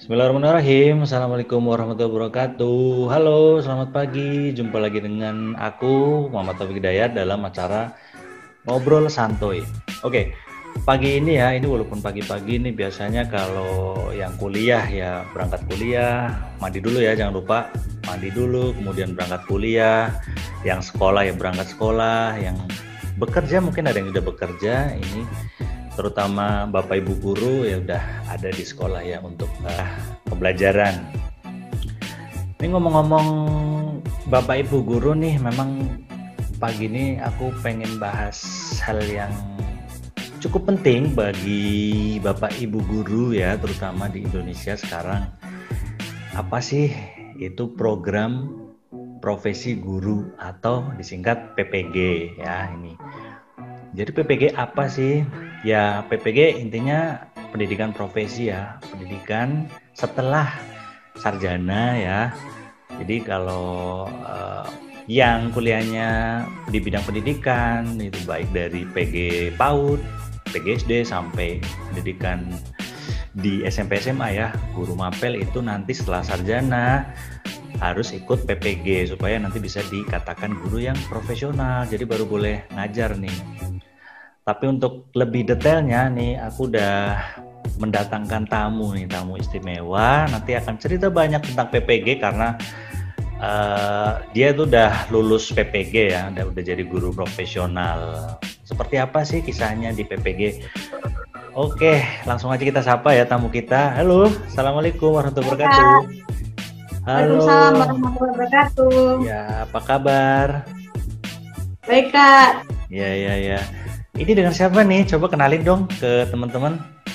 Bismillahirrahmanirrahim. Assalamualaikum warahmatullahi wabarakatuh. Halo, selamat pagi. Jumpa lagi dengan aku, Muhammad Taufik Hidayat dalam acara Ngobrol Santuy. Oke, pagi ini ya, ini walaupun pagi-pagi nih biasanya kalau yang kuliah ya berangkat kuliah, mandi dulu ya, jangan lupa mandi dulu, kemudian berangkat kuliah. Yang sekolah ya berangkat sekolah, yang bekerja mungkin ada yang udah bekerja ini terutama Bapak Ibu guru ya udah ada di sekolah ya untuk pembelajaran. Ini ngomong-ngomong Bapak Ibu guru nih, memang pagi ini aku pengen bahas hal yang cukup penting bagi Bapak Ibu guru ya, terutama di Indonesia sekarang. Apa sih itu program profesi guru atau disingkat PPG ya ini. Jadi PPG apa sih? Ya PPG intinya pendidikan profesi ya, pendidikan setelah sarjana ya. Jadi kalau yang kuliahnya di bidang pendidikan itu baik dari PG PAUD, PG SD sampai pendidikan di SMP SMA ya, guru mapel itu nanti setelah sarjana harus ikut PPG supaya nanti bisa dikatakan guru yang profesional. Jadi baru boleh ngajar nih. Tapi untuk lebih detailnya nih aku udah mendatangkan tamu istimewa. Nanti akan cerita banyak tentang PPG karena dia tuh udah lulus PPG ya, udah jadi guru profesional. Seperti apa sih kisahnya di PPG? Oke, langsung aja kita sapa ya tamu kita. Halo, assalamualaikum warahmatullahi wabarakatuh. Halo. Waalaikumsalam warahmatullahi wabarakatuh. Ya, apa kabar? Baik, Kak. Ya. Ini dengan siapa nih? Coba kenalin dong ke teman-teman.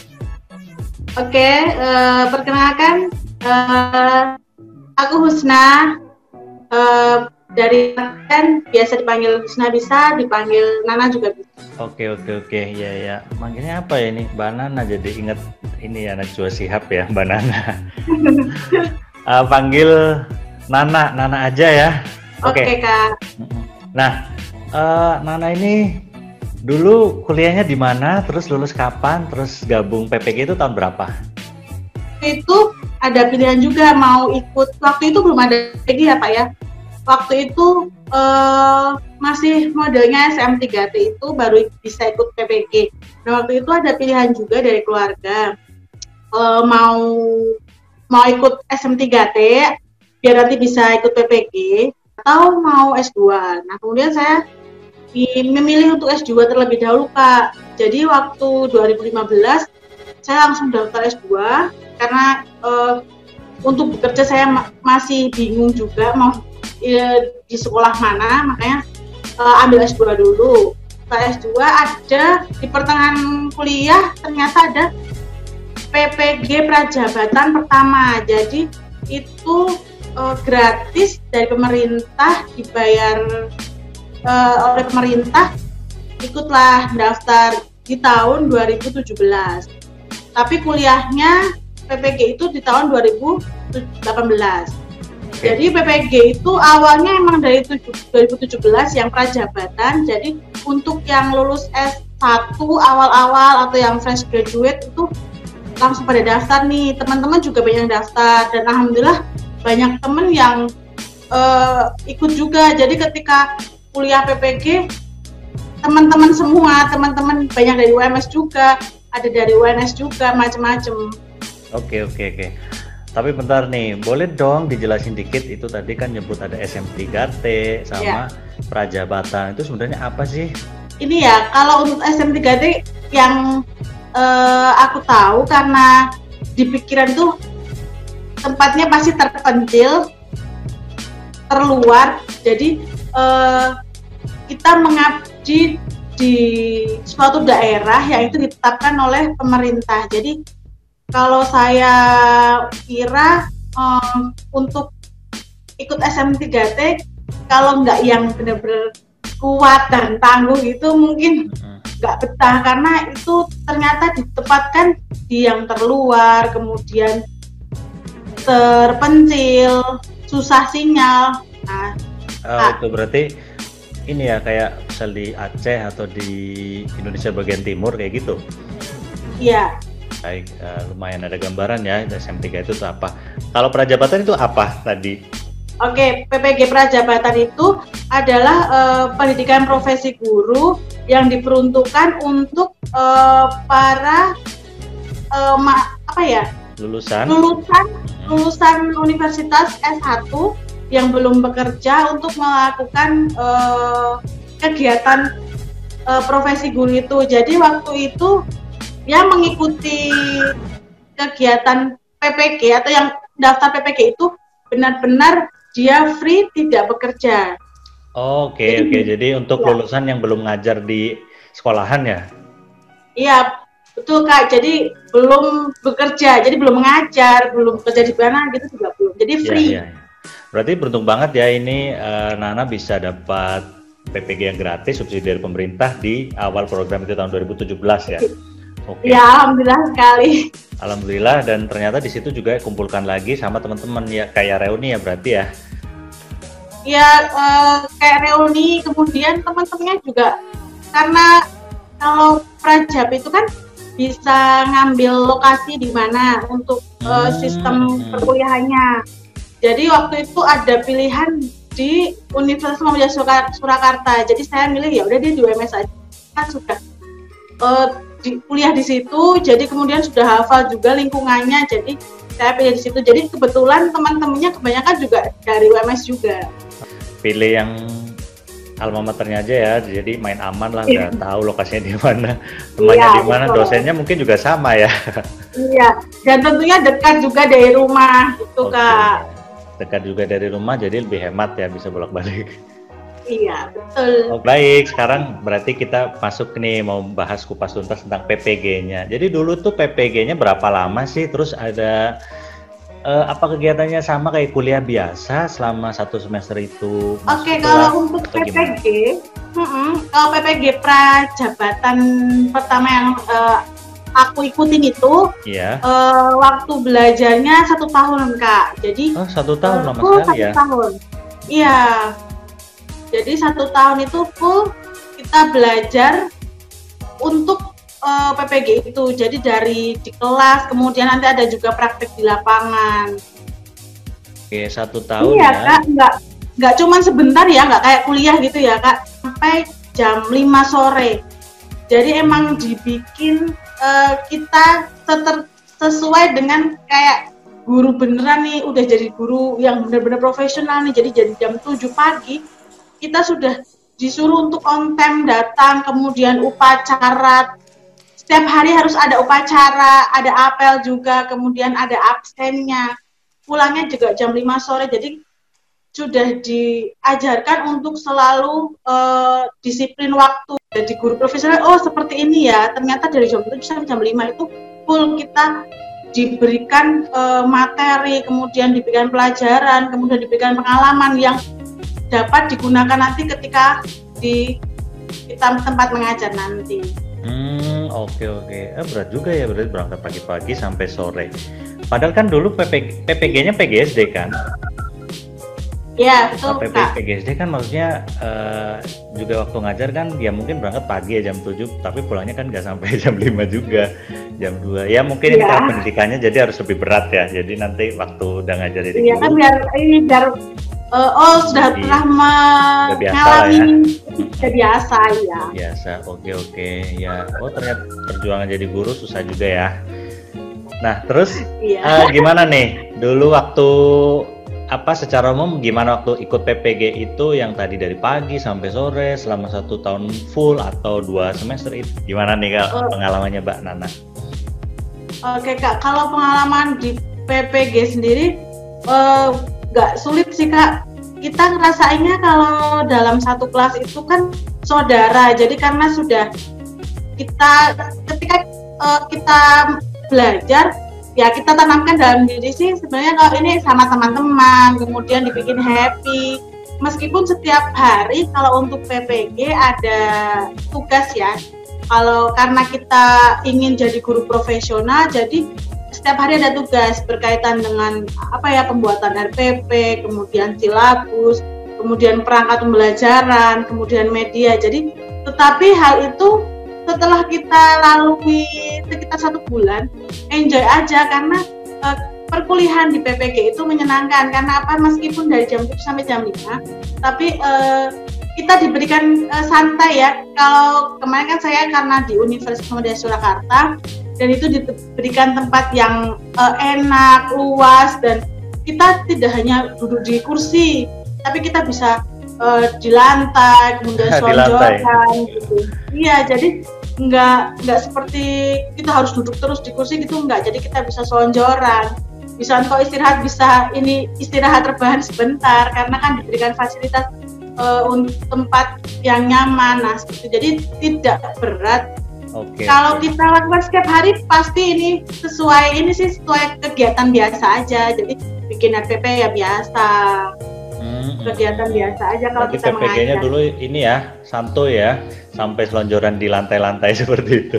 Oke, perkenalkan aku Husna. Dari kan biasa dipanggil Husna, bisa dipanggil Nana juga bisa. Oke. Ya. Manggilnya apa ya ini? Banana, jadi inget ini ya Najwa Shihab ya, Banana. Panggil Nana aja ya. Oke, Kak. Nah, Nana ini dulu kuliahnya di mana, terus lulus kapan, terus gabung PPG itu tahun berapa? Itu ada pilihan juga mau ikut. Waktu itu belum ada lagi ya, Pak ya. Waktu itu masih modelnya SM3T itu baru bisa ikut PPG. Nah, waktu itu ada pilihan juga dari keluarga. Mau ikut SM3T biar nanti bisa ikut PPG atau mau S2. Nah, kemudian saya memilih untuk S2 terlebih dahulu, Pak. Jadi waktu 2015 saya langsung daftar S2 karena untuk bekerja saya masih bingung juga mau di sekolah mana, makanya ambil S2 dulu. Setelah S2 ada di pertengahan kuliah ternyata ada PPG Prajabatan pertama. Jadi itu gratis dari pemerintah, dibayar oleh pemerintah. Ikutlah daftar di tahun 2017. Tapi kuliahnya PPG itu di tahun 2018. Jadi PPG itu awalnya emang dari 2017 yang prajabatan. Jadi untuk yang lulus S1 awal-awal atau yang fresh graduate itu langsung pada daftar nih. Teman-teman juga banyak yang daftar dan alhamdulillah banyak teman yang ikut juga. Jadi ketika kuliah PPG teman-teman semua, teman-teman banyak dari UMS juga, ada dari UNS juga, macam-macam. Oke. Tapi bentar nih, boleh dong dijelasin dikit, itu tadi kan nyebut ada SM3T sama Prajabatan, itu sebenarnya apa sih? Ini ya, kalau untuk SM3T yang aku tahu karena di pikiran tuh tempatnya pasti terpencil, terluar, jadi kita mengabdi di suatu daerah yang itu ditetapkan oleh pemerintah. Jadi kalau saya kira untuk ikut SM3T kalau nggak yang benar-benar kuat dan tangguh itu mungkin nggak betah karena itu ternyata ditempatkan di yang terluar, kemudian terpencil, susah sinyal. Itu berarti ini ya kayak misal di Aceh atau di Indonesia bagian timur kayak gitu? Iya. Baik, lumayan ada gambaran ya SM3 itu tuh apa. Kalau prajabatan itu apa tadi? Oke, PPG Prajabatan itu adalah pendidikan profesi guru yang diperuntukkan untuk para apa ya? Lulusan Lulusan Universitas S1 yang belum bekerja untuk melakukan kegiatan profesi guru itu. Jadi waktu itu ya mengikuti kegiatan PPG atau yang daftar PPG itu benar-benar dia free, tidak bekerja. Oke. Jadi untuk lulusan yang belum ngajar di sekolahan ya? Iya, betul Kak. Jadi belum bekerja, jadi belum mengajar, belum bekerja di mana gitu juga belum. Jadi free. Iya. Berarti beruntung banget ya ini Nana bisa dapat PPG yang gratis subsidi dari pemerintah di awal program itu tahun 2017 ya. Oke. Ya, alhamdulillah sekali. Alhamdulillah, dan ternyata di situ juga kumpulkan lagi sama teman-teman ya, kayak reuni ya berarti ya. Ya, kayak reuni, kemudian teman-temannya juga karena kalau Prajab itu kan bisa ngambil lokasi di mana untuk sistem perkuliahannya. Jadi waktu itu ada pilihan di Universitas Muhammadiyah Surakarta. Jadi saya milih ya udah dia di UMS aja. Kan sudah kuliah di situ, jadi kemudian sudah hafal juga lingkungannya, jadi saya pilih di situ. Jadi kebetulan teman-temannya kebanyakan juga dari UMS juga. Pilih yang alma maternya aja ya, jadi main aman lah, udah tahu lokasinya di mana, temannya di mana, dosennya mungkin juga sama ya. Iya, dan tentunya dekat juga dari rumah gitu Kak. Dekat juga dari rumah, jadi lebih hemat ya, bisa bolak-balik. Iya, betul. Oh, baik, sekarang berarti kita masuk nih mau bahas kupas tuntas tentang PPG-nya. Jadi dulu tuh PPG-nya berapa lama sih? Terus ada apa kegiatannya sama kayak kuliah biasa selama 1 semester itu? Oke, kalau untuk PPG, kalau PPG Prajabatan pertama yang aku ikutin itu, waktu belajarnya 1 tahun Kak. Jadi 1 tahun lama sekali ya? 1 tahun. Iya. Jadi 1 tahun itu full kita belajar untuk PPG itu. Jadi dari di kelas, kemudian nanti ada juga praktek di lapangan. Oke, 1 tahun iya, ya? Kak, nggak cuma sebentar ya, nggak kayak kuliah gitu ya Kak. Sampai jam 5 sore. Jadi emang dibikin kita sesuai dengan kayak guru beneran nih, udah jadi guru yang benar-benar profesional nih. Jadi jadi jam 7 pagi kita sudah disuruh untuk on time datang, kemudian upacara, setiap hari harus ada upacara, ada apel juga, kemudian ada absennya, pulangnya juga jam 5 sore, jadi sudah diajarkan untuk selalu disiplin waktu. Jadi guru profesional, oh seperti ini ya, ternyata dari jam 7 sampai jam 5 itu full kita diberikan materi, kemudian diberikan pelajaran, kemudian diberikan pengalaman yang dapat digunakan nanti ketika di tempat mengajar nanti. Oke. Berat juga ya, berarti berangkat pagi-pagi sampai sore. Padahal kan dulu PPG-nya PGSD kan? Iya, betul Kak. PGSD kan maksudnya juga waktu ngajar kan ya mungkin berangkat pagi ya jam 7, tapi pulangnya kan nggak sampai jam 5 juga, jam 2. Ya mungkin ini karena pendidikannya jadi harus lebih berat ya. Jadi nanti waktu udah ngajar di kan biar sudah pernah mengalami, sudah biasa ya. Biasa, oke ya. Oh ternyata perjuangan jadi guru susah juga ya. Nah terus gimana nih dulu waktu secara umum gimana waktu ikut PPG itu yang tadi dari pagi sampai sore selama 1 tahun full atau 2 semester itu gimana nih Kak pengalamannya Mbak Nana? Oke Kak, kalau pengalaman di PPG sendiri nggak sulit sih Kak. Kita ngerasainnya kalau dalam satu kelas itu kan saudara. Jadi karena sudah ketika kita belajar, ya kita tanamkan dalam diri sih sebenarnya kalau ini sama teman-teman, kemudian dibikin happy. Meskipun setiap hari kalau untuk PPG ada tugas ya. Kalau karena kita ingin jadi guru profesional, jadi setiap hari ada tugas berkaitan dengan pembuatan RPP, kemudian silabus, kemudian perangkat pembelajaran, kemudian media. Jadi tetapi hal itu setelah kita lalui sekitar 1 bulan, enjoy aja karena perkuliahan di PPG itu menyenangkan. Karena apa? Meskipun dari jam 7 sampai jam 5, tapi kita diberikan santai ya. Kalau kemarin kan saya karena di Universitas Muhammadiyah Surakarta, dan itu diberikan tempat yang enak, luas, dan kita tidak hanya duduk di kursi, tapi kita bisa di lantai, kemudian selonjoran gitu. Iya, jadi nggak seperti kita harus duduk terus di kursi gitu, nggak. Jadi kita bisa selonjoran, bisa untuk istirahat, bisa ini istirahat rebahan sebentar karena kan diberikan fasilitas untuk tempat yang nyaman. Nah, seperti jadi tidak berat. Kalau kita lakukan setiap hari pasti ini sesuai kegiatan biasa aja. Jadi bikin RPP ya biasa. Kegiatan biasa aja kalau kita mengajar. PPG-nya dulu ini ya, santuy ya, sampai selonjoran di lantai-lantai seperti itu.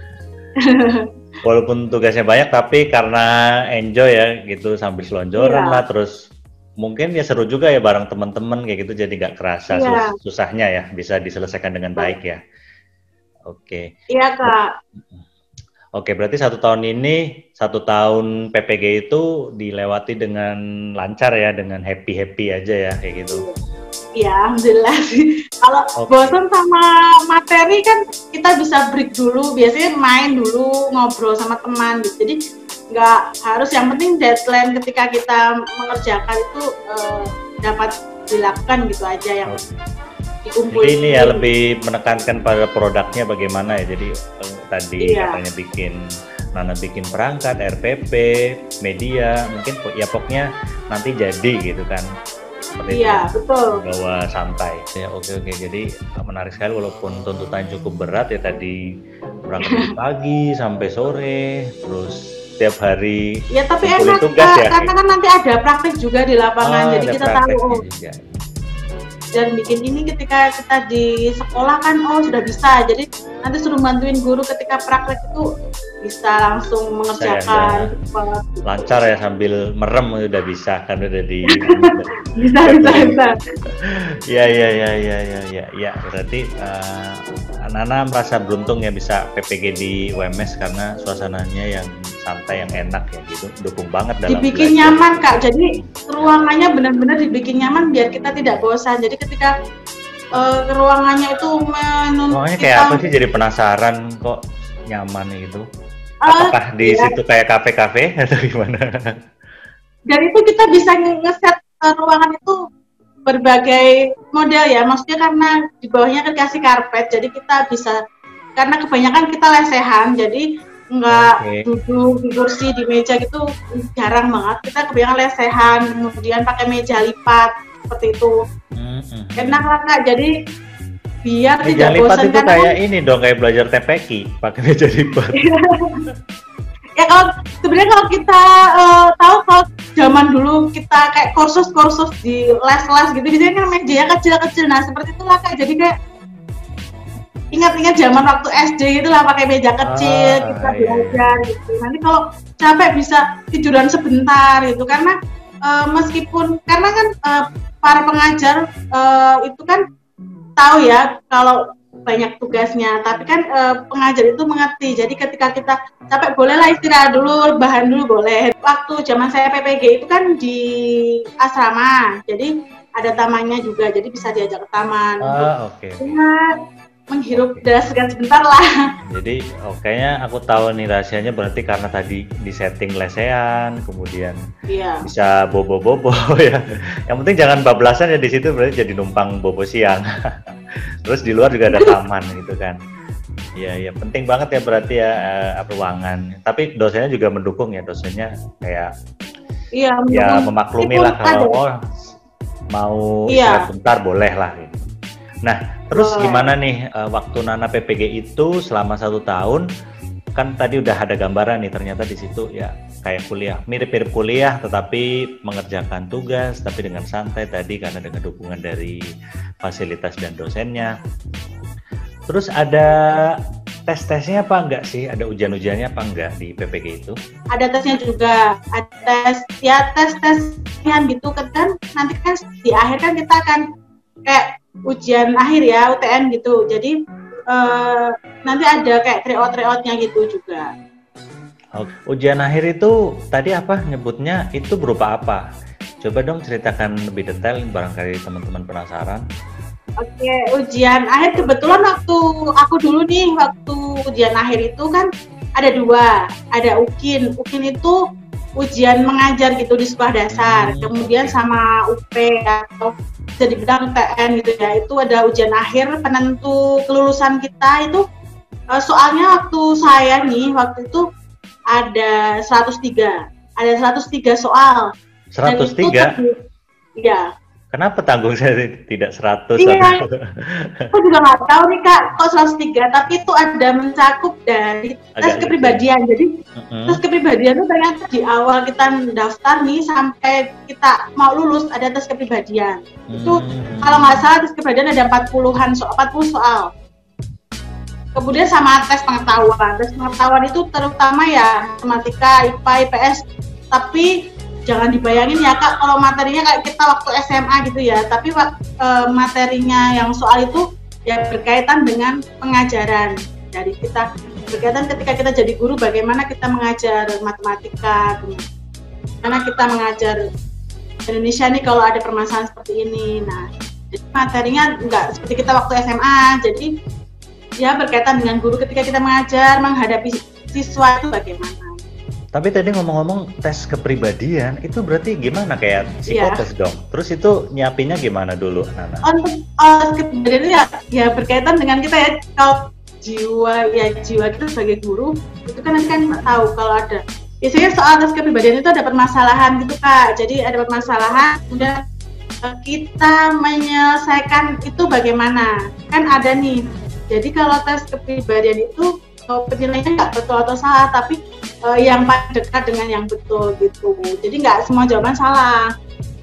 Walaupun tugasnya banyak, tapi karena enjoy ya gitu sambil selonjoran lah, terus mungkin ya seru juga ya bareng teman-teman kayak gitu, jadi nggak kerasa susahnya ya, bisa diselesaikan dengan baik ya. Oke. Iya Kak. Oke, berarti 1 tahun PPG itu dilewati dengan lancar ya, dengan happy aja ya, kayak gitu. Iya, alhamdulillah sih. Kalau bosan sama materi kan kita bisa break dulu, biasanya main dulu, ngobrol sama teman gitu. Jadi nggak harus, yang penting deadline ketika kita mengerjakan itu dapat dilakukan gitu aja yang dikumpulin. Jadi ini ya lebih menekankan pada produknya bagaimana ya. Jadi tadi katanya Nana bikin perangkat, RPP, media, mungkin ya pokoknya nanti jadi gitu kan. Seperti itu. Betul. Bawa santai. Ya oke. Jadi menarik sekali walaupun tuntutan cukup berat ya, tadi berangkat dari pagi sampai sore, terus setiap hari. Ya tapi enak tugas ya. Karena kan nanti ada praktik juga di lapangan, jadi kita tahu. Dan bikin ini ketika kita di sekolah kan sudah bisa, jadi nanti suruh bantuin guru ketika praktek itu bisa langsung mengerjakan. Lancar ya, sambil merem udah bisa kan, udah di bisa. Ya berarti Nana merasa beruntung ya bisa PPG di UMS karena suasananya yang santai, yang enak ya gitu, dukung banget dalam dibikin belajar. Nyaman Kak, jadi ruangannya benar-benar dibikin nyaman biar kita tidak bosan. Jadi ketika ruangannya itu ruangannya kayak apa sih, jadi penasaran kok nyaman gitu. Apakah di situ kayak kafe-kafe atau gimana? Dan itu kita bisa ngeset ruangan itu berbagai model ya, maksudnya karena di bawahnya kan kasih karpet, jadi kita bisa, karena kebanyakan kita lesehan, jadi nggak duduk di kursi, di meja gitu jarang banget, kita kebanyakan lesehan, kemudian pakai meja lipat seperti itu. Enak lah Kak, jadi biar meja tidak bosan. Meja lipat itu kayak ini dong, kayak belajar TPQ pakai meja lipat. Ya sebenarnya kalau kita tahu kalau zaman dulu kita kayak kursus di les-les gitu, biasanya kan mejanya kecil-kecil. Nah seperti itulah Kak, jadi kayak ingat zaman waktu SD itu lah, pakai meja kecil kita belajar gitu. Nanti kalau capek bisa tiduran sebentar gitu, karena meskipun karena kan para pengajar itu kan tahu ya kalau banyak tugasnya, tapi kan pengajar itu mengerti. Jadi ketika kita capek bolehlah istirahat dulu, rebahan dulu boleh. Waktu zaman saya PPG itu kan di asrama, jadi ada tamannya juga, jadi bisa diajak ke taman. Menghirup udara segar sebentar lah. Jadi kayaknya aku tahu nih rahasianya, berarti karena tadi di setting lesehan, kemudian bisa bobo-bobo ya. Yang penting jangan bablasan ya di situ, berarti jadi numpang bobo siang. Terus di luar juga ada taman gitu kan. Iya, penting banget ya berarti ya ruangan. Tapi dosennya juga mendukung ya, dosennya kayak ya memaklumi lah kalau mau istirahat bentar boleh lah gitu. Nah, terus gimana nih waktu Nana PPG itu selama 1 tahun? Kan tadi udah ada gambaran nih, ternyata di situ ya kayak kuliah, mirip-mirip kuliah, tetapi mengerjakan tugas, tapi dengan santai tadi karena dengan dukungan dari fasilitas dan dosennya. Terus ada tes-tesnya apa enggak sih? Ada ujian-ujiannya apa enggak di PPG itu? Ada tesnya juga, ada tes-tesnya gitu kan. Nanti kan di akhir kan kita akan kayak ujian akhir ya, UTN gitu. Jadi nanti ada kayak tryout-tryoutnya gitu juga. Ujian akhir itu tadi apa nyebutnya itu berupa apa? Coba dong ceritakan lebih detail barangkali teman-teman penasaran. Oke, ujian akhir kebetulan waktu aku dulu nih, waktu ujian akhir itu kan ada dua, ada UKIN. UKIN itu ujian mengajar gitu di sekolah dasar, kemudian sama UP atau bisa dibilang PN gitu ya, itu ada ujian akhir penentu kelulusan kita itu. Soalnya waktu saya nih, waktu itu ada 103 soal. 103? Iya. Kenapa tanggung saya tidak 100? Iya, aku juga nggak tahu nih Kak, kok 103, tapi itu ada mencakup dari tes kepribadian. Jadi tes kepribadian itu ternyata di awal kita daftar nih sampai kita mau lulus ada tes kepribadian. Itu kalau nggak salah tes kepribadian ada 40 soal. Kemudian sama tes pengetahuan. Tes pengetahuan itu terutama ya matematika, IPA, IPS. Tapi jangan dibayangin ya Kak, kalau materinya kayak kita waktu SMA gitu ya. Tapi materinya yang soal itu ya berkaitan dengan pengajaran. Dari kita berkaitan ketika kita jadi guru, bagaimana kita mengajar matematika, bagaimana kita mengajar Indonesia nih kalau ada permasalahan seperti ini. Nah, jadi materinya nggak seperti kita waktu SMA. Jadi ya berkaitan dengan guru ketika kita mengajar, menghadapi siswa itu bagaimana. Tapi tadi ngomong-ngomong tes kepribadian, itu berarti gimana kayak psikotes dong? Terus itu nyiapinnya gimana dulu, Nana? Untuk kepribadian itu ya berkaitan dengan kita ya, kalau jiwa kita sebagai guru, itu kan nanti kan tahu kalau ada. Biasanya soal tes kepribadian itu ada permasalahan gitu Kak, jadi ada permasalahan, kemudian kita menyelesaikan itu bagaimana, kan ada nih. Jadi kalau tes kepribadian itu penilaiannya nggak betul atau salah, tapi yang paling dekat dengan yang betul gitu. Jadi nggak semua jawaban salah.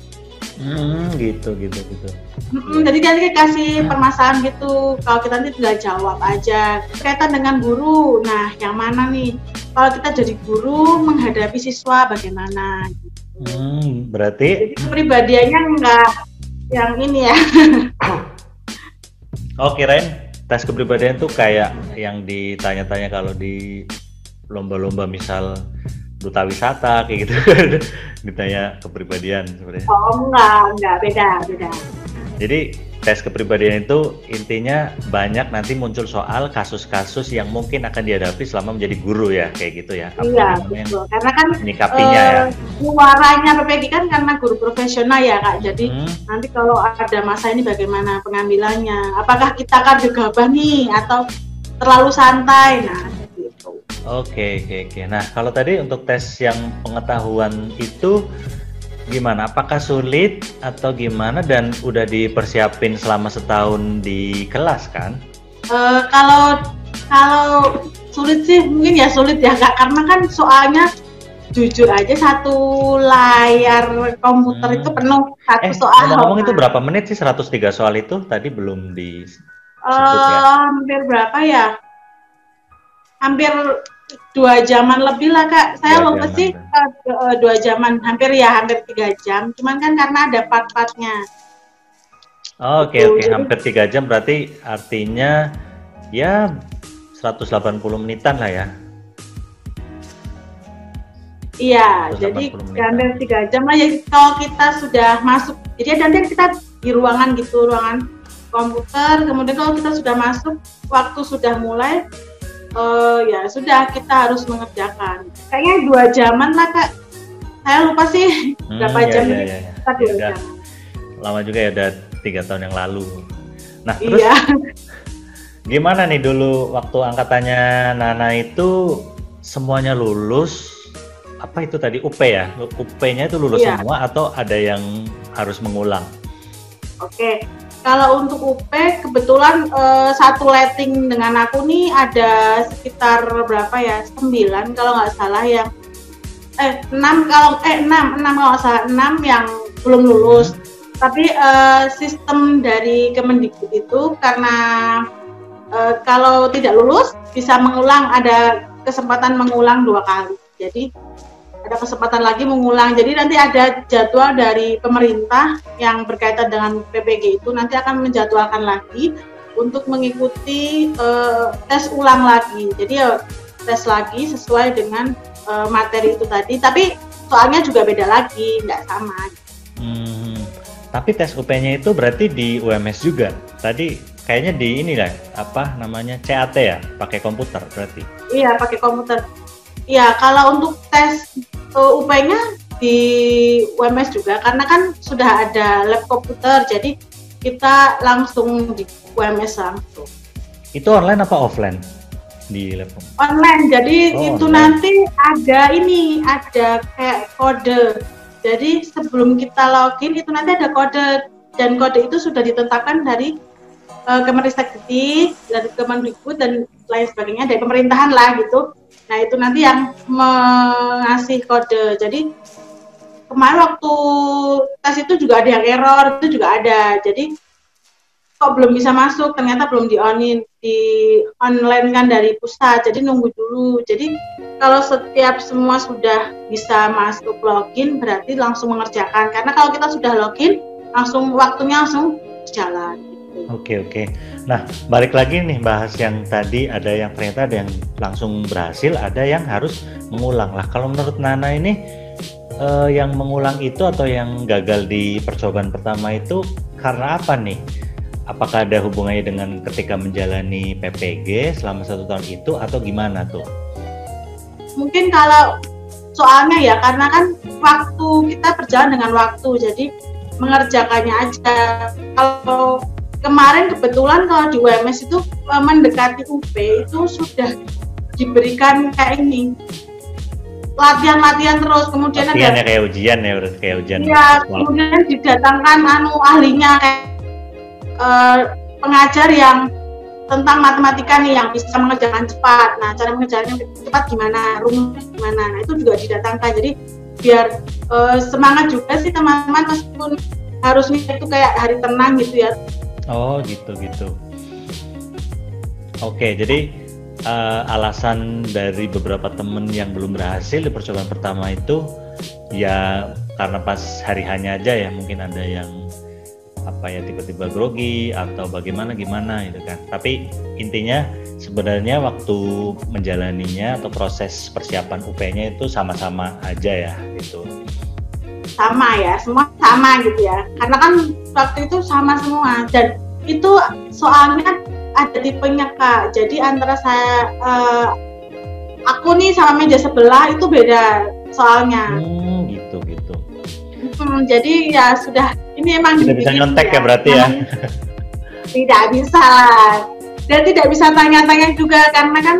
Gitu. Jadi nanti kasih permasalahan gitu. Kalau kita nanti tinggal jawab aja. Berkaitan dengan guru. Nah, yang mana nih? Kalau kita jadi guru menghadapi siswa bagaimana? Gitu. Berarti? Jadi kepribadiannya nggak yang ini ya. Kirain tes kepribadian tuh kayak yang ditanya-tanya kalau di lomba-lomba misal duta wisata kayak gitu. Ditanya kepribadian sebenarnya. Oh enggak, beda. Jadi tes kepribadian itu intinya banyak nanti muncul soal kasus-kasus yang mungkin akan dihadapi selama menjadi guru ya, kayak gitu ya. Iya, betul. Karena kan menyikapinya ya. Suaranya PPG kan karena guru profesional ya Kak. Jadi nanti kalau ada masa ini bagaimana pengambilannya? Apakah kita akan gegabah nih atau terlalu santai? Nah, gitu. Oke. Nah, kalau tadi untuk tes yang pengetahuan itu gimana? Apakah sulit atau gimana dan udah dipersiapin selama setahun di kelas kan? Kalau sulit sih mungkin ya sulit ya Kak, karena kan soalnya jujur aja satu layar komputer itu penuh satu soal. Ngomong-ngomong itu berapa menit sih 103 soal itu? Tadi belum disebut ya? Hampir berapa ya? Hampir 2 jaman lebih lah Kak. Saya lupa sih 2 jaman, hampir 3 jam. Cuman kan karena ada part-partnya. Oke. Hampir 3 jam berarti artinya ya 180 menitan lah ya. Iya, jadi hampir 3 jam lah ya kalau kita sudah masuk. Jadi nanti kita di ruangan gitu, ruangan komputer. Kemudian kalau kita sudah masuk, waktu sudah mulai, ya sudah kita harus mengerjakan. Kayaknya 2 jaman lah Kak. Saya lupa sih berapa jam ini. Kita 2 jam. Lama juga ya, udah 3 tahun yang lalu. Nah terus gimana nih dulu waktu angkatannya Nana itu semuanya lulus? Apa itu tadi UP ya? UP-nya itu lulus semua atau ada yang harus mengulang? Oke. Kalau untuk UP kebetulan satu letting dengan aku nih ada sekitar berapa ya? 9 kalau nggak salah yang 6 kalau nggak salah 6 yang belum lulus. Tapi sistem dari Kemendikbud itu karena kalau tidak lulus bisa mengulang, ada kesempatan mengulang 2 kali. Jadi ada kesempatan lagi mengulang. Jadi nanti ada jadwal dari pemerintah yang berkaitan dengan PPG itu nanti akan menjadwalkan lagi untuk mengikuti tes ulang lagi. Jadi ya tes lagi sesuai dengan materi itu tadi. Tapi soalnya juga beda lagi, nggak sama. Tapi tes UP-nya itu berarti di UMS juga. Tadi kayaknya di ini lah, apa namanya, CAT ya, pakai komputer berarti. Iya, pakai komputer. Iya, kalau untuk tes UP-nya di UMS juga, karena kan sudah ada lab komputer, jadi kita langsung di UMS langsung. Itu online apa offline di lab? Online, jadi itu online. Nanti ada kayak kode. Jadi sebelum kita login itu nanti ada kode, dan kode itu sudah ditetapkan dari Kemenristek-Dikti, dari Kemendikbud dan lain sebagainya, dari pemerintahan lah gitu. Nah itu nanti yang mengasih kode. Jadi kemarin waktu tes itu juga ada yang error, itu juga ada. Jadi kok belum bisa masuk, ternyata belum di online kan dari pusat, jadi nunggu dulu. Jadi kalau setiap semua sudah bisa masuk login, berarti langsung mengerjakan. Karena kalau kita sudah login, waktunya langsung jalan. Oke. Nah, balik lagi nih bahas yang tadi, ada yang ternyata ada yang langsung berhasil, ada yang harus mengulang. Lah, kalau menurut Nana ini yang mengulang itu atau yang gagal di percobaan pertama itu karena apa nih? Apakah ada hubungannya dengan ketika menjalani PPG selama 1 tahun itu atau gimana tuh? Mungkin kalau soalnya ya karena kan waktu kita berjalan dengan waktu, jadi mengerjakannya aja. Kalau kemarin kebetulan kalau di UMS itu mendekati UP itu sudah diberikan kayak ini, latihan terus, kemudian latihan ada ya, kayak ujian ya, berarti kayak ujian. Iya, kemudian didatangkan ahlinya kayak pengajar yang tentang matematika nih yang bisa mengerjakan cepat. Nah, cara mengerjakannya cepat gimana, rumusnya gimana. Nah, itu juga didatangkan. Jadi biar semangat juga sih teman-teman, meskipun harusnya itu kayak hari tenang gitu ya. Oh, gitu. Oke, jadi alasan dari beberapa temen yang belum berhasil di percobaan pertama itu ya karena pas hari hanya aja ya, mungkin ada yang tiba-tiba grogi atau gimana gitu kan. Tapi intinya sebenarnya waktu menjalaninya atau proses persiapan UP-nya itu sama-sama aja ya gitu. Sama ya, semua sama gitu ya. Karena kan waktu itu sama semua, dan itu soalnya ada tipenya Kak. Jadi antara aku nih sama meja sebelah itu beda soalnya. Gitu. Jadi ya sudah, ini emang tidak bisa nyontek ya berarti ya. Tidak bisa, dan tidak bisa tanya-tanya juga karena kan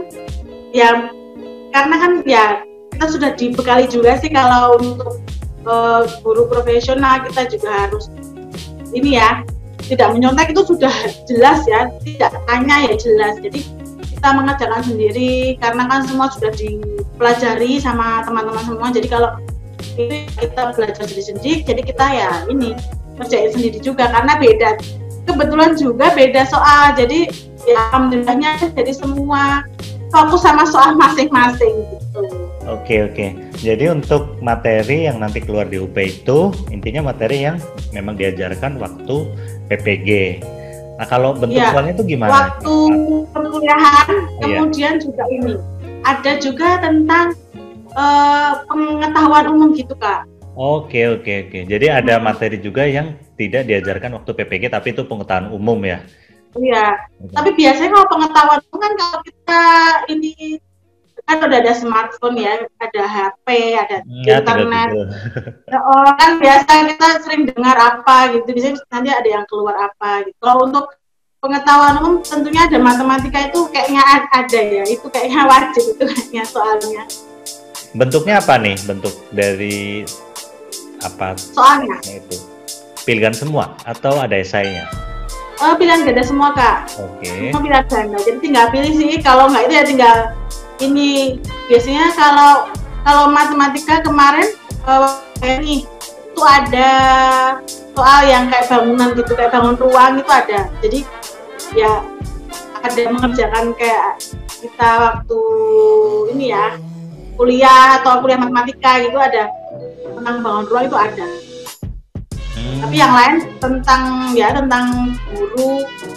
kita sudah dibekali juga sih kalau untuk guru profesional kita juga harus ini ya, tidak menyontek itu sudah jelas ya, tidak tanya ya jelas. Jadi kita mengerjakan sendiri karena kan semua sudah dipelajari sama teman-teman semua. Jadi kalau ini kita belajar sendiri, jadi kita ya ini kerjain sendiri juga karena beda. Kebetulan juga beda soal, jadi ya alhamdulillahnya jadi semua fokus sama soal masing-masing gitu. Oke. Jadi untuk materi yang nanti keluar di UP itu intinya materi yang memang diajarkan waktu PPG. Nah, kalau bentuk soalnya itu gimana? Waktu perkuliahan, kemudian juga ini ada juga tentang pengetahuan umum gitu Kak. Oke. Jadi ada materi juga yang tidak diajarkan waktu PPG tapi itu pengetahuan umum ya? Iya. Tapi biasanya kalau pengetahuan umum kan kalau kita ini kan udah ada smartphone ya, ada HP, ada internet. Orang kan biasa kita sering dengar apa gitu, biasanya nanti ada yang keluar apa gitu. Kalau untuk pengetahuan umum tentunya ada matematika itu kayaknya ada ya, itu kayaknya wajib itu kayaknya soalnya. Bentuknya apa nih? Bentuk dari apa? Soalnya itu pilihan semua atau ada esainya? Pilihan ganda semua Kak. Oke. Semua pilihan ganda. Jadi tinggal pilih sih. Kalau nggak itu ya tinggal ini. Biasanya kalau matematika kemarin ini itu ada soal yang kayak bangunan gitu, kayak bangun ruang itu ada. Jadi ya ada mengerjakan kayak kita waktu ini ya kuliah matematika gitu, ada tentang bangun ruang itu ada. Tapi yang lain tentang guru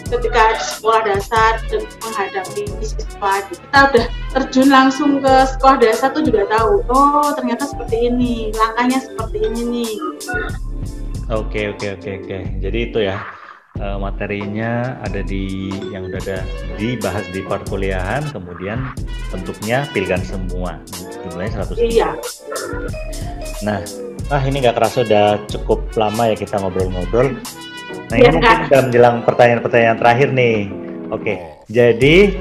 ketika di sekolah dasar dan menghadapi siswa, kita udah terjun langsung ke sekolah dasar tuh juga tahu, oh ternyata seperti ini, langkahnya seperti ini nih. Oke. Jadi itu ya, materinya ada di yang udah ada dibahas di perkuliahan, kemudian bentuknya pilihan semua, jumlahnya 100. Iya. Nah, ini nggak kerasa udah cukup lama ya kita ngobrol-ngobrol. Nah, ini mungkin udah menjelang pertanyaan-pertanyaan terakhir nih. Oke, jadi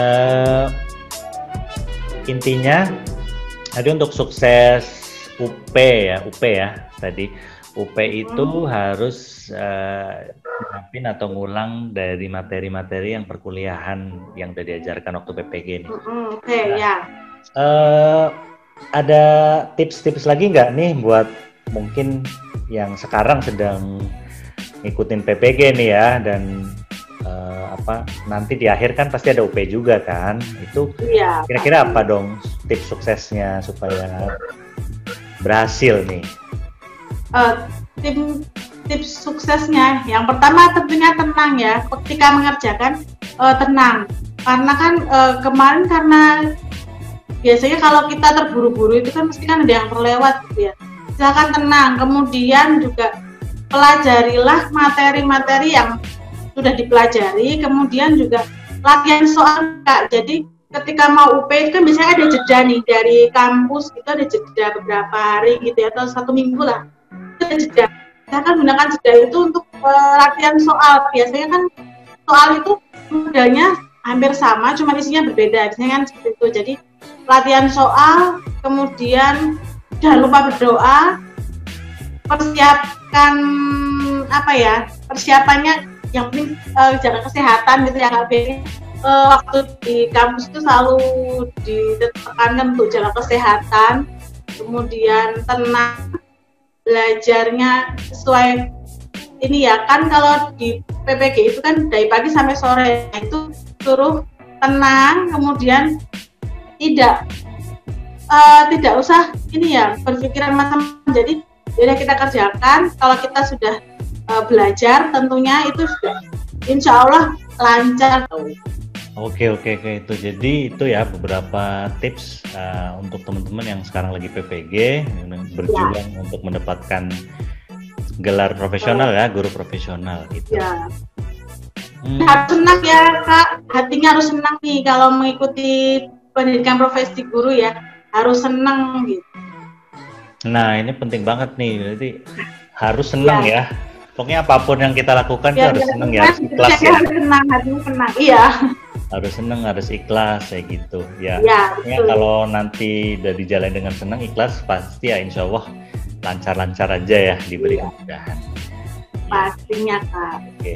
intinya tadi untuk sukses UP ya tadi. UP itu harus nyiapin atau ngulang dari materi-materi yang perkuliahan yang udah diajarkan waktu PPG nih. Ya. Ada tips-tips lagi nggak nih buat mungkin yang sekarang sedang ngikutin PPG nih ya, dan nanti di akhir kan pasti ada UP juga kan? Itu kira-kira apa dong tips suksesnya supaya berhasil nih? Tips suksesnya yang pertama tentunya tenang ya, ketika mengerjakan tenang, karena kan kemarin karena biasanya kalau kita terburu-buru itu kan mesti kan ada yang terlewat gitu ya. Silakan tenang, kemudian juga pelajarilah materi-materi yang sudah dipelajari, kemudian juga latihan soal Kak. Jadi ketika mau UP itu kan biasanya ada jeda nih dari kampus, itu ada jeda beberapa hari gitu ya, atau 1 minggu lah. Jeda. Saya kan gunakan jeda itu untuk latihan soal. Biasanya kan soal itu modelnya hampir sama, cuma isinya berbeda. Biasanya kan seperti itu. Jadi latihan soal, kemudian jangan lupa berdoa, persiapkan persiapannya yang penting jaga kesehatan gitu ya Kak Beni. Waktu di kampus itu selalu ditekankan untuk jaga kesehatan, kemudian tenang, belajarnya sesuai ini ya, kan kalau di PPG itu kan dari pagi sampai sore, itu suruh tenang, kemudian tidak usah ini ya berpikiran macam-macam. Jadi ya kita kerjakan, kalau kita sudah belajar tentunya itu sudah insya Allah lancar. Oke, itu jadi itu ya beberapa tips untuk teman-teman yang sekarang lagi PPG berjuang untuk mendapatkan gelar profesional ya, guru profesional itu. Ya. Harus senang ya Kak, hatinya harus senang nih kalau mengikuti pendidikan profesi guru ya, harus senang gitu. Nah ini penting banget nih, jadi harus senang ya. Pokoknya apapun yang kita lakukan itu harus senang ya, harus ikhlas ya. Harus senang, hatinya senang, iya. Harus senang, harus ikhlas kayak gitu ya. Pokoknya kalau nanti udah dijalani dengan senang, ikhlas, pasti ya insya Allah lancar-lancar aja ya, diberi kemudahan. Pastinya Kak. Oke.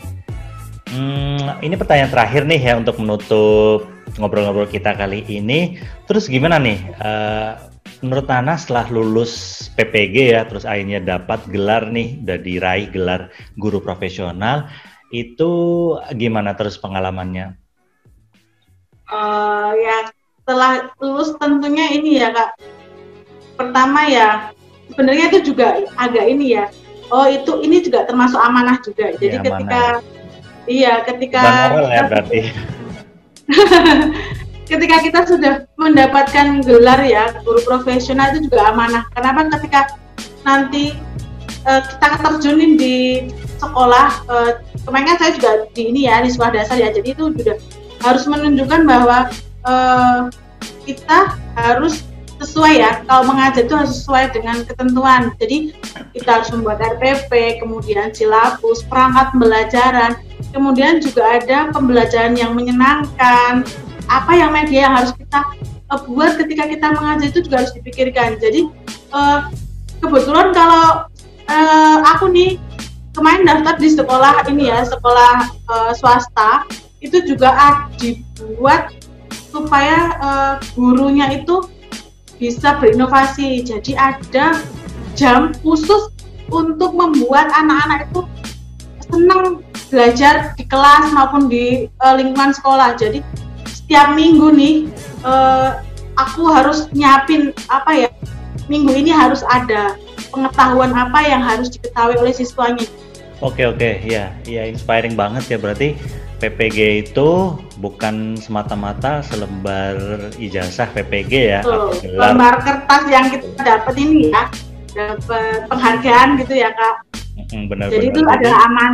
Ini pertanyaan terakhir nih ya untuk menutup ngobrol-ngobrol kita kali ini. Terus gimana nih? Menurut Nana setelah lulus PPG ya, terus akhirnya dapat gelar nih, udah diraih gelar guru profesional, itu gimana terus pengalamannya? Ya setelah lulus tentunya ini ya Kak, pertama ya sebenarnya itu juga agak ini ya, ini juga termasuk amanah juga. Jadi ya, ketika moral ya berarti. Ketika kita sudah mendapatkan gelar ya guru profesional itu juga amanah. Kenapa? Ketika nanti kita terjunin di sekolah, kemarin kan saya juga di sekolah dasar ya, jadi itu juga harus menunjukkan bahwa kita harus sesuai ya, kalau mengajar itu harus sesuai dengan ketentuan. Jadi kita harus membuat RPP, kemudian silabus, perangkat pembelajaran, kemudian juga ada pembelajaran yang menyenangkan, apa yang media yang harus kita buat ketika kita mengajar itu juga harus dipikirkan. Jadi kebetulan kalau aku nih kemarin daftar di sekolah sekolah swasta, itu juga dibuat supaya gurunya itu bisa berinovasi. Jadi ada jam khusus untuk membuat anak-anak itu senang belajar di kelas maupun di lingkungan sekolah. Jadi setiap minggu nih aku harus nyiapin minggu ini harus ada pengetahuan apa yang harus diketahui oleh siswanya. Oke, ya, inspiring banget ya. Berarti PPG itu bukan semata-mata selembar ijazah PPG ya, atau gelar. Lembar kertas yang kita dapat ini ya, dapat penghargaan gitu ya Kak. Benar-benar. Jadi itu ada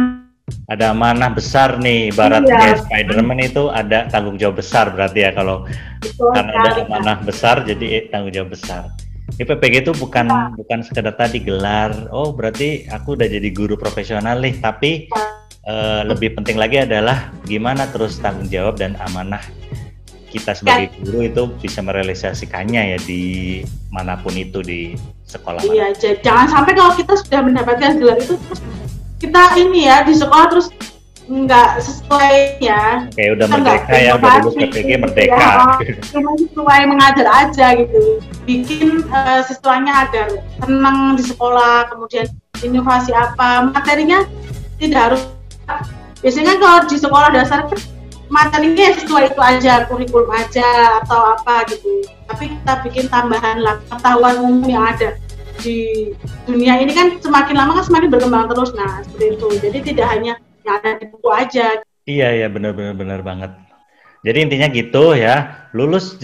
amanah besar nih, ibarat kayak Spider-Man itu ada tanggung jawab besar berarti ya, kalau karena ada amanah besar jadi tanggung jawab besar. Di PPG itu bukan sekedar tadi gelar, oh berarti aku udah jadi guru profesional nih, tapi lebih penting lagi adalah gimana terus tanggung jawab dan amanah kita sebagai guru itu bisa merealisasikannya ya di manapun itu, di sekolah. Iya, jangan sampai kalau kita sudah mendapatkan gelar itu terus kita ini ya di sekolah terus nggak sesuai ya. Kayak udah merdeka ya, udah lulus PPG merdeka. Cuma sesuai mengajar aja gitu. Bikin siswanya agar senang di sekolah, kemudian inovasi apa, materinya tidak harus. Biasanya kalau di sekolah dasar materinya sesuai itu aja, kurikulum aja atau apa gitu. Tapi kita bikin tambahan lah, pengetahuan umum yang ada di dunia ini kan semakin lama kan semakin berkembang terus. Nah seperti itu. Jadi tidak hanya yang ada di buku aja. Iya, benar banget. Jadi intinya gitu ya, lulus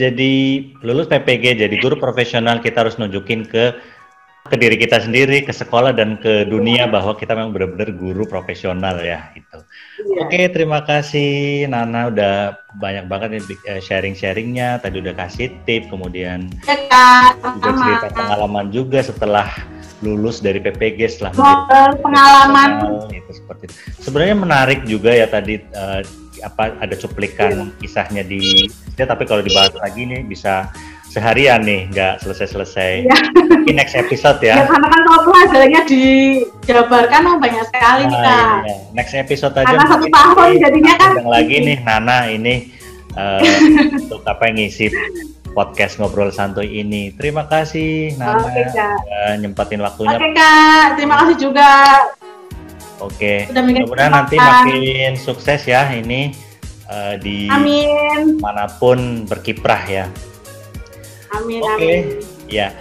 PPG jadi guru profesional, kita harus nunjukin ke diri kita sendiri, ke sekolah dan ke dunia bahwa kita memang benar-benar guru profesional ya gitu. Iya. Oke, terima kasih Nana udah banyak banget nih sharing-sharingnya, tadi udah kasih tip, kemudian juga cerita pengalaman juga setelah lulus dari PPG setelah pengalaman itu seperti itu. Sebenarnya menarik juga ya tadi ada cuplikan kisahnya di tapi kalau dibahas lagi nih bisa seharian nih, nggak selesai-selesai. Mungkin next episode ya. Karena kan kalau pelajarannya dijabarkan banyak sekali nih Kak. Iya. Next episode aja. Karena 1 tahun jadinya kan. Lagi nih Nana ini untuk ngisi podcast Ngobrol Santuy ini. Terima kasih Nana nyempatin waktunya. Oke Kak, terima kasih juga. Oke, mudah-mudahan nanti makin sukses ya ini di Amin. manapun berkiprah ya. Amin. Ya,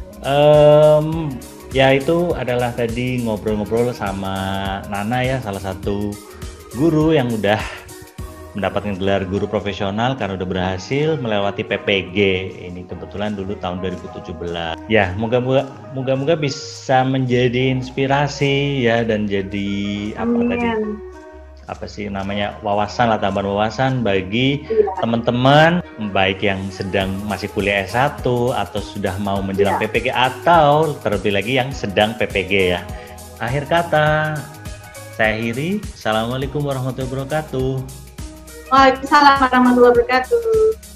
ya itu adalah tadi ngobrol-ngobrol sama Nana ya, salah satu guru yang udah mendapatkan gelar guru profesional karena udah berhasil melewati PPG ini kebetulan dulu tahun 2017. Ya, moga-moga bisa menjadi inspirasi ya dan jadi wawasan lah, tambahan wawasan bagi teman-teman baik yang sedang masih kuliah S1 atau sudah mau menjelang PPG atau terlebih lagi yang sedang PPG ya. Akhir kata saya akhiri. Assalamualaikum warahmatullahi wabarakatuh. Waalaikumsalam warahmatullahi wabarakatuh.